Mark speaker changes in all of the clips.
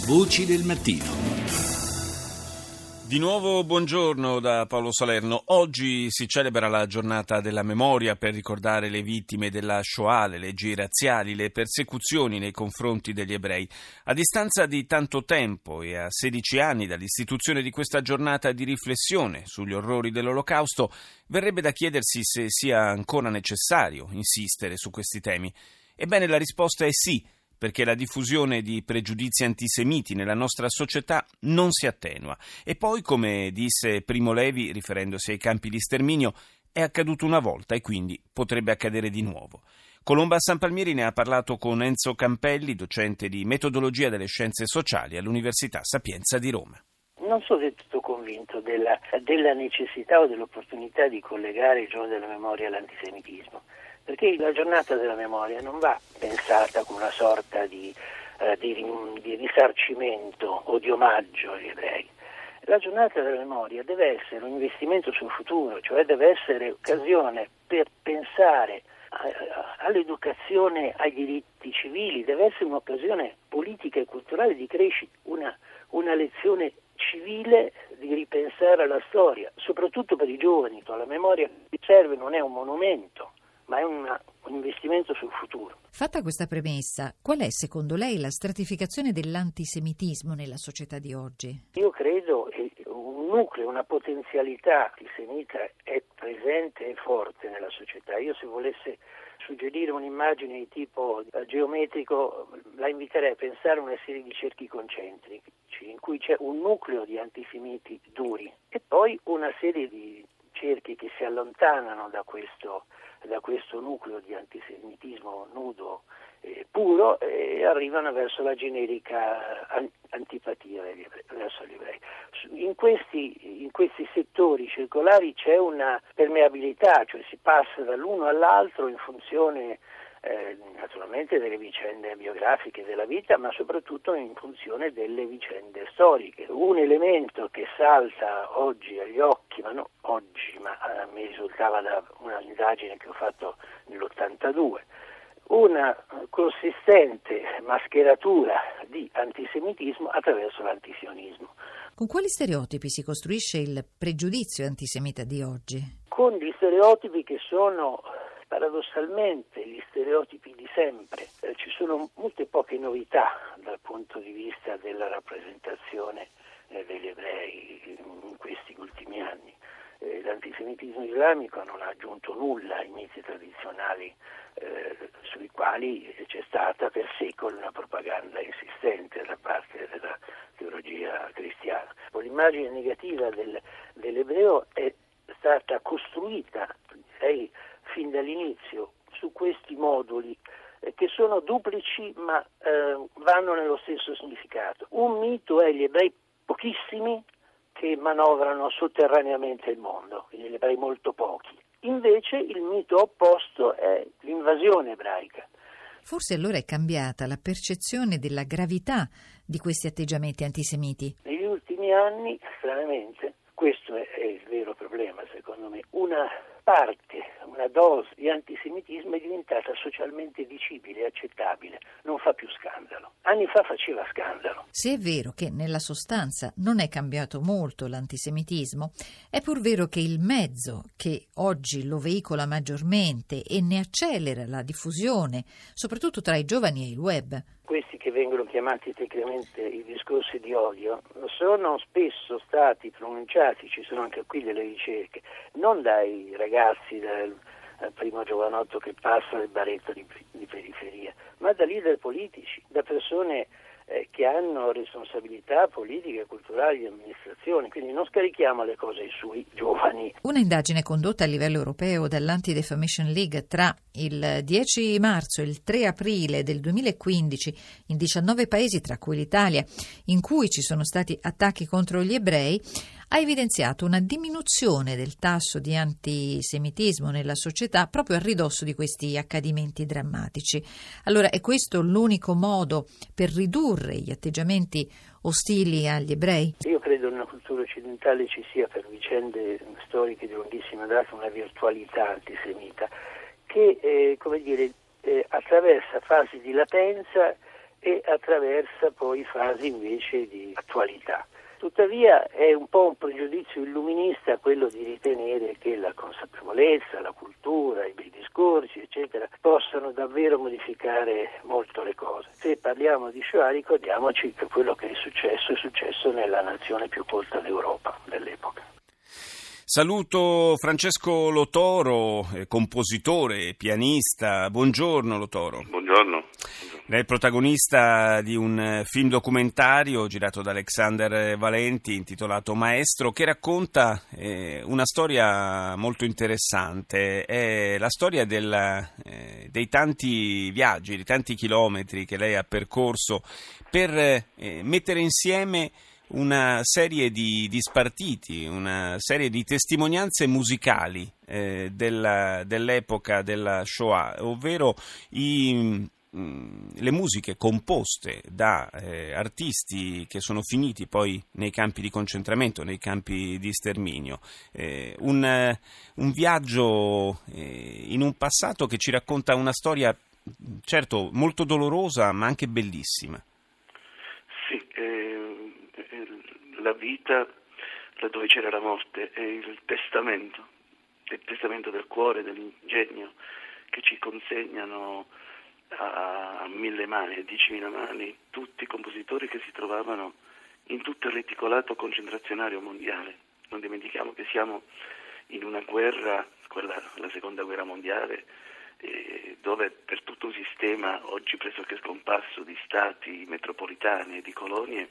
Speaker 1: Voci del mattino.
Speaker 2: Di nuovo buongiorno da Paolo Salerno. Oggi si celebra la giornata della memoria per ricordare le vittime della Shoah, le leggi razziali, le persecuzioni nei confronti degli ebrei. A distanza di tanto tempo e a 16 anni dall'istituzione di questa giornata di riflessione sugli orrori dell'Olocausto, verrebbe da chiedersi se sia ancora necessario insistere su questi temi. Ebbene, la risposta è sì, perché la diffusione di pregiudizi antisemiti nella nostra società non si attenua. E poi, come disse Primo Levi, riferendosi ai campi di sterminio, è accaduto una volta e quindi potrebbe accadere di nuovo. Colomba Sanpalmieri ne ha parlato con Enzo Campelli, docente di metodologia delle scienze sociali all'Università Sapienza di Roma.
Speaker 3: Non sono del tutto convinto della necessità o dell'opportunità di collegare il giorno della memoria all'antisemitismo, perché la giornata della memoria non va pensata come una sorta di risarcimento o di omaggio agli ebrei. La giornata della memoria deve essere un investimento sul futuro, cioè deve essere occasione per pensare all'educazione, ai diritti civili, deve essere un'occasione politica e culturale di crescita, una lezione civile di ripensare alla storia, soprattutto per i giovani. La memoria che serve non è un monumento, ma è un investimento sul futuro.
Speaker 4: Fatta questa premessa, qual è secondo lei la stratificazione dell'antisemitismo nella società di oggi?
Speaker 3: Io credo che un nucleo, una potenzialità antisemita è presente e forte nella società. Io, se volesse suggerire un'immagine di tipo geometrico, la inviterei a pensare a una serie di cerchi concentrici in cui c'è un nucleo di antisemiti duri e poi una serie di cerchi che si allontanano da questo nucleo di antisemitismo nudo e puro e arrivano verso la generica antipatia verso gli ebrei. In questi settori circolari c'è una permeabilità, cioè si passa dall'uno all'altro in funzione naturalmente delle vicende biografiche della vita, ma soprattutto in funzione delle vicende storiche. Un elemento che salta oggi agli occhi, ma non oggi, ma mi risultava da una indagine che ho fatto nell'82, una consistente mascheratura di antisemitismo attraverso l'antisionismo.
Speaker 4: Con quali stereotipi si costruisce il pregiudizio antisemita di oggi?
Speaker 3: Con gli stereotipi che sono paradossalmente gli stereotipi di sempre. Ci sono molte poche novità dal punto di vista della rappresentazione degli ebrei in questi ultimi anni. L'antisemitismo islamico non ha aggiunto nulla ai miti tradizionali sui quali c'è stata per secoli una propaganda insistente da parte della teologia cristiana. L'immagine negativa dell'ebreo è stata costruita, direi, fin dall'inizio su questi moduli che sono duplici ma vanno nello stesso significato. Un mito è gli ebrei pochissimi che manovrano sotterraneamente il mondo, quindi gli ebrei molto pochi. Invece il mito opposto è l'invasione ebraica.
Speaker 4: Forse allora è cambiata la percezione della gravità di questi atteggiamenti antisemiti.
Speaker 3: Negli ultimi anni, stranamente, questo è il vero problema secondo me, una dose di antisemitismo è diventata socialmente dicibile, accettabile, non fa più scandalo. Anni fa faceva scandalo.
Speaker 4: Se è vero che nella sostanza non è cambiato molto l'antisemitismo, è pur vero che il mezzo che oggi lo veicola maggiormente e ne accelera la diffusione, soprattutto tra i giovani, è il web.
Speaker 3: Questi che vengono chiamati tecnicamente i discorsi di odio sono spesso stati pronunciati, ci sono anche qui delle ricerche, non dai ragazzi del primo giovanotto che passa nel baretto di periferia, ma da leader politici, da persone che hanno responsabilità politiche, culturali, di amministrazione, quindi non scarichiamo le cose sui giovani.
Speaker 4: Una indagine condotta a livello europeo dall'Anti-Defamation League tra il 10 marzo e il 3 aprile del 2015 in 19 paesi, tra cui l'Italia, in cui ci sono stati attacchi contro gli ebrei, ha evidenziato una diminuzione del tasso di antisemitismo nella società proprio a ridosso di questi accadimenti drammatici. Allora, è questo l'unico modo per ridurre gli atteggiamenti ostili agli ebrei?
Speaker 3: Io credo che nella cultura occidentale ci sia, per vicende storiche di lunghissima data, una virtualità antisemita che attraversa fasi di latenza e attraversa poi fasi invece di attualità. Tuttavia è un po' un pregiudizio illuminista quello di ritenere che la consapevolezza, la cultura, i bei discorsi, eccetera, possano davvero modificare molto le cose. Se parliamo di Shoah, ricordiamoci che quello che è successo nella nazione più colta d'Europa dell'epoca.
Speaker 2: Saluto Francesco Lo Toro, compositore, pianista. Buongiorno Lo Toro.
Speaker 1: Buongiorno.
Speaker 2: Lei è il protagonista di un film documentario girato da Alexander Valenti intitolato Maestro, che racconta una storia molto interessante. È la storia dei tanti viaggi, di tanti chilometri che lei ha percorso per mettere insieme una serie di spartiti, una serie di testimonianze musicali dell'epoca della Shoah, ovvero le musiche composte da artisti che sono finiti poi nei campi di concentramento, nei campi di sterminio. Un viaggio in un passato che ci racconta una storia, certo, molto dolorosa, ma anche bellissima.
Speaker 1: Sì, la vita, laddove c'era la morte, è il testamento del cuore, dell'ingegno, che ci consegnano a 1000 mani, a 10.000 mani, tutti i compositori che si trovavano in tutto il reticolato concentrazionario mondiale. Non dimentichiamo che siamo in una guerra, la seconda guerra mondiale, dove per tutto un sistema oggi pressoché scomparso di stati metropolitani e di colonie,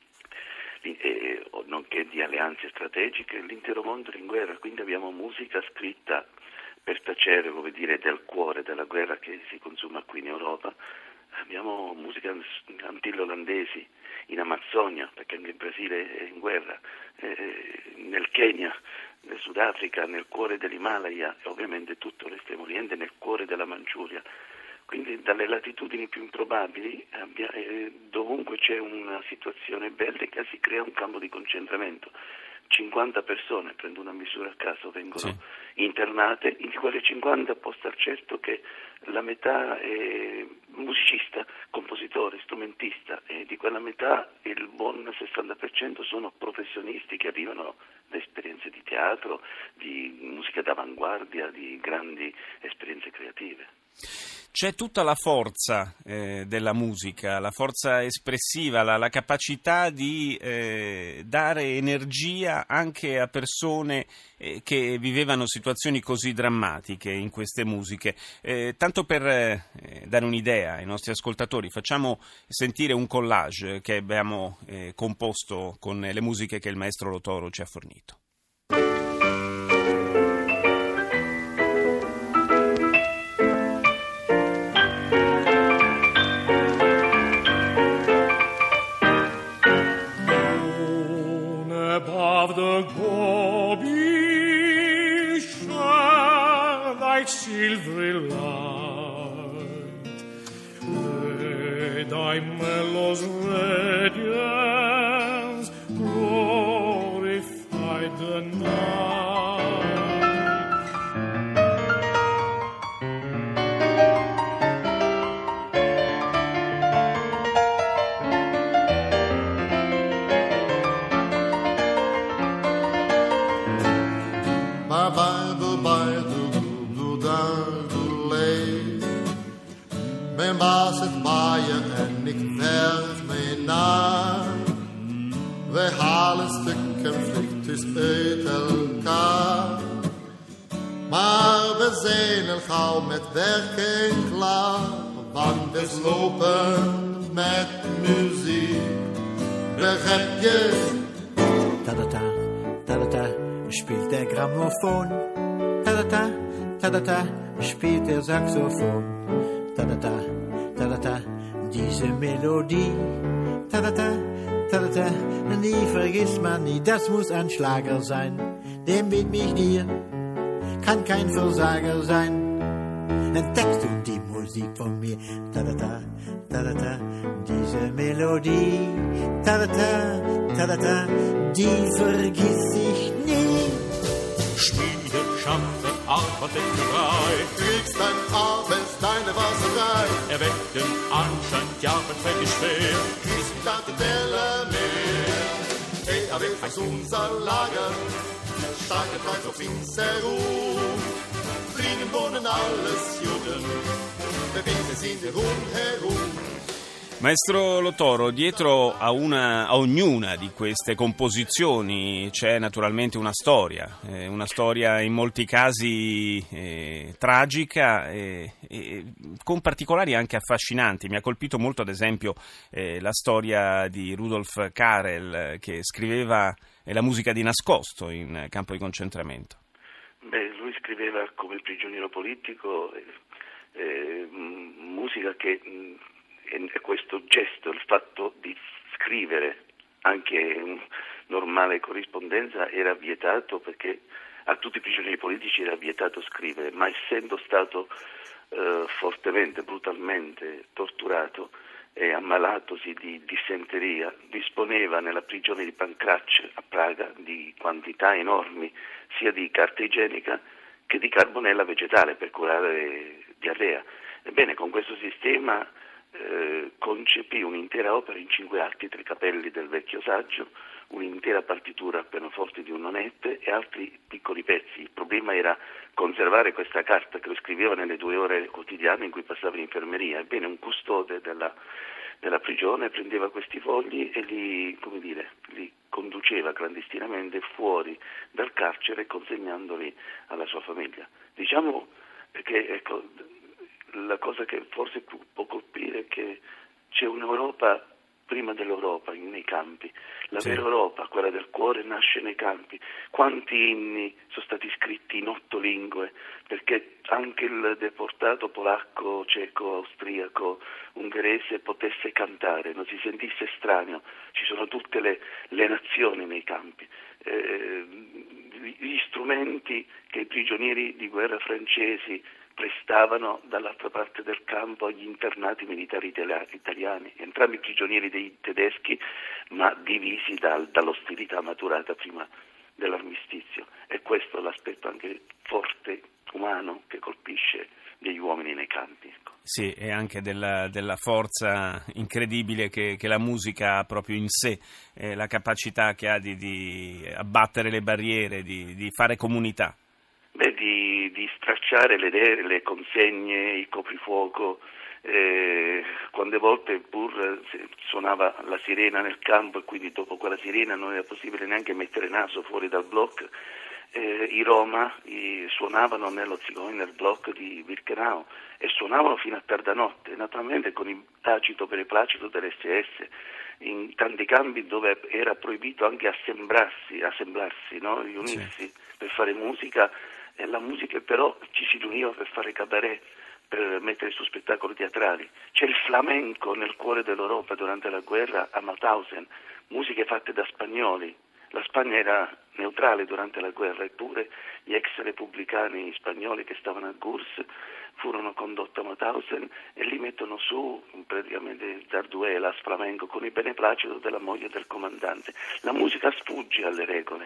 Speaker 1: nonché di alleanze strategiche, l'intero mondo era in guerra, quindi abbiamo musica scritta per tacere, come dire, del cuore della guerra che si consuma qui in Europa. Abbiamo musica antillo-olandesi in Amazzonia, perché anche il Brasile è in guerra, nel Kenya, nel Sudafrica, nel cuore dell'Himalaya e ovviamente tutto l'estremo oriente, nel cuore della Manciuria. Quindi dalle latitudini più improbabili, dovunque c'è una situazione bellica, si crea un campo di concentramento. 50 persone, prendo una misura a caso, vengono internate, in quelle 50 può star certo che la metà è musicista, compositore, strumentista, e di quella metà il buon 60% sono professionisti che arrivano da esperienze di teatro, di musica d'avanguardia, di grandi esperienze creative.
Speaker 2: C'è tutta la forza della musica, la forza espressiva, la capacità di dare energia anche a persone che vivevano situazioni così drammatiche in queste musiche. Tanto per dare un'idea ai nostri ascoltatori, facciamo sentire un collage che abbiamo composto con le musiche che il maestro Lo Toro ci ha fornito.
Speaker 5: Above the globe shine thy silvery light, let thy mellows radiance glorify the night.
Speaker 6: Men was het waaien en ik werd mee naar. Wij halen stukken vluchtjes uit elkaar. Maar we zijn al gauw met werken klaar. Want we lopen met muziek. Begrijp je?
Speaker 7: Ta-da-ta, ta-da-ta, spielt der Grammophon. Ta-da-ta, ta-da-ta, spielt der Saxophon. Ta-da-ta, ta-da-ta, diese Melodie. Ta-da-ta, ta-da-ta, die vergisst man nie. Das muss ein Schlager sein, dem widme ich dir. Kann kein Versager sein. Entdeckst du die Musik von mir? Ta-da-ta, ta-da-ta, diese Melodie. Ta-da-ta, ta-da-ta, die vergiss ich nie.
Speaker 5: Spiele, schaffe, Artverdichterei.
Speaker 6: Kriegst dein abends deine Wasserei.
Speaker 5: Erwecken anscheinend jahrenfällig schwer.
Speaker 6: Kriegskarte della Meer. E avevas unser Lager. Starke Preis auf Inseru. Drinnen wohnen alles Juden. Bewegen sind rundherum.
Speaker 2: Maestro Lo Toro, dietro a ognuna di queste composizioni c'è naturalmente una storia in molti casi tragica e con particolari anche affascinanti. Mi ha colpito molto ad esempio la storia di Rudolf Karel, che scriveva la musica di nascosto in campo di concentramento.
Speaker 1: Lui scriveva come prigioniero politico musica che... E questo gesto, il fatto di scrivere anche in normale corrispondenza, era vietato, perché a tutti i prigionieri politici era vietato scrivere, ma essendo stato fortemente, brutalmente torturato e ammalatosi di dissenteria, disponeva nella prigione di Pankráč a Praga di quantità enormi sia di carta igienica che di carbonella vegetale per curare diarrea. Ebbene, con questo sistema concepì un'intera opera in 5 atti, 3 capelli del vecchio saggio, un'intera partitura a pianoforte di un nonette e altri piccoli pezzi. Il problema era conservare questa carta, che lo scriveva nelle 2 ore quotidiane in cui passava in infermeria. Ebbene, un custode della prigione prendeva questi fogli e li conduceva clandestinamente fuori dal carcere, consegnandoli alla sua famiglia. Diciamo che la cosa che forse può colpire è che c'è un'Europa prima dell'Europa nei campi. La vera Europa, quella del cuore, nasce nei campi. Quanti inni sono stati scritti in 8 lingue perché anche il deportato polacco, ceco, austriaco, ungherese potesse cantare, non si sentisse estraneo. Ci sono tutte le nazioni nei campi. Gli strumenti che i prigionieri di guerra francesi prestavano dall'altra parte del campo agli internati militari italiani, entrambi prigionieri dei tedeschi, ma divisi dall'ostilità maturata prima dell'armistizio. E questo è l'aspetto anche forte, umano, che colpisce degli uomini nei campi. Ecco.
Speaker 2: Sì, e anche della forza incredibile che la musica ha proprio in sé, la capacità che ha di abbattere le barriere, di fare comunità.
Speaker 1: Di stracciare le consegne, il coprifuoco, quante volte pur suonava la sirena nel campo e quindi dopo quella sirena non era possibile neanche mettere naso fuori dal blocco. I Roma suonavano nello Zigeunerblock di Birkenau e suonavano fino a tarda notte, naturalmente con il tacito beneplacito dell'SS, in tanti campi dove era proibito anche assemblarsi, no? Riunirsi per fare musica, e la musica però ci si riuniva per fare cabaret, per mettere su spettacoli teatrali. C'è il flamenco nel cuore dell'Europa durante la guerra a Mauthausen, musiche fatte da spagnoli. La Spagna era neutrale durante la guerra, eppure gli ex repubblicani spagnoli che stavano a Gurs furono condotti a Mauthausen e li mettono su praticamente zarzuelas, flamenco, con il beneplacito della moglie del comandante. La musica sfugge alle regole,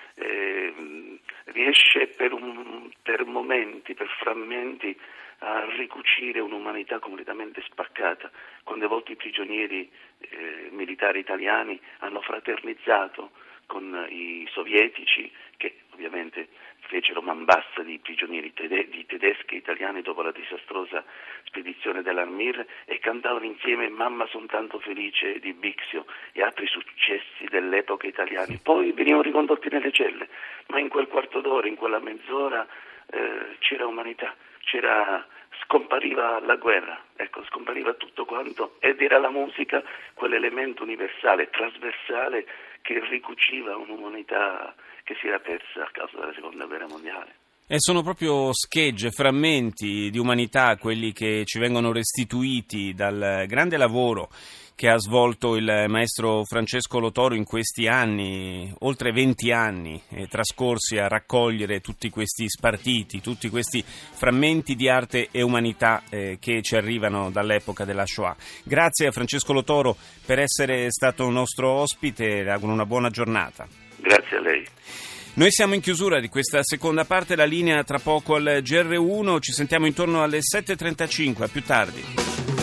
Speaker 1: riesce per momenti, per frammenti, a ricucire un'umanità completamente spaccata. Quante volte i prigionieri militari italiani hanno fraternizzato con i sovietici, che ovviamente fecero man bassa di prigionieri di tedeschi e italiani dopo la disastrosa spedizione dell'Armir, e cantavano insieme Mamma son tanto felice di Bixio e altri successi dell'epoca italiani. Poi venivano ricondotti nelle celle, ma in quel quarto d'ora, in quella mezz'ora c'era umanità, scompariva la guerra, scompariva tutto quanto, ed era la musica quell'elemento universale, trasversale, che ricuciva un'umanità che si era persa a causa della Seconda Guerra Mondiale.
Speaker 2: E sono proprio schegge, frammenti di umanità quelli che ci vengono restituiti dal grande lavoro che ha svolto il maestro Francesco Lo Toro in questi anni, oltre 20 anni trascorsi a raccogliere tutti questi spartiti, tutti questi frammenti di arte e umanità che ci arrivano dall'epoca della Shoah. Grazie a Francesco Lo Toro per essere stato nostro ospite, le auguro una buona giornata.
Speaker 1: Grazie a lei.
Speaker 2: Noi siamo in chiusura di questa seconda parte, la linea tra poco al GR1, ci sentiamo intorno alle 7.35, a più tardi.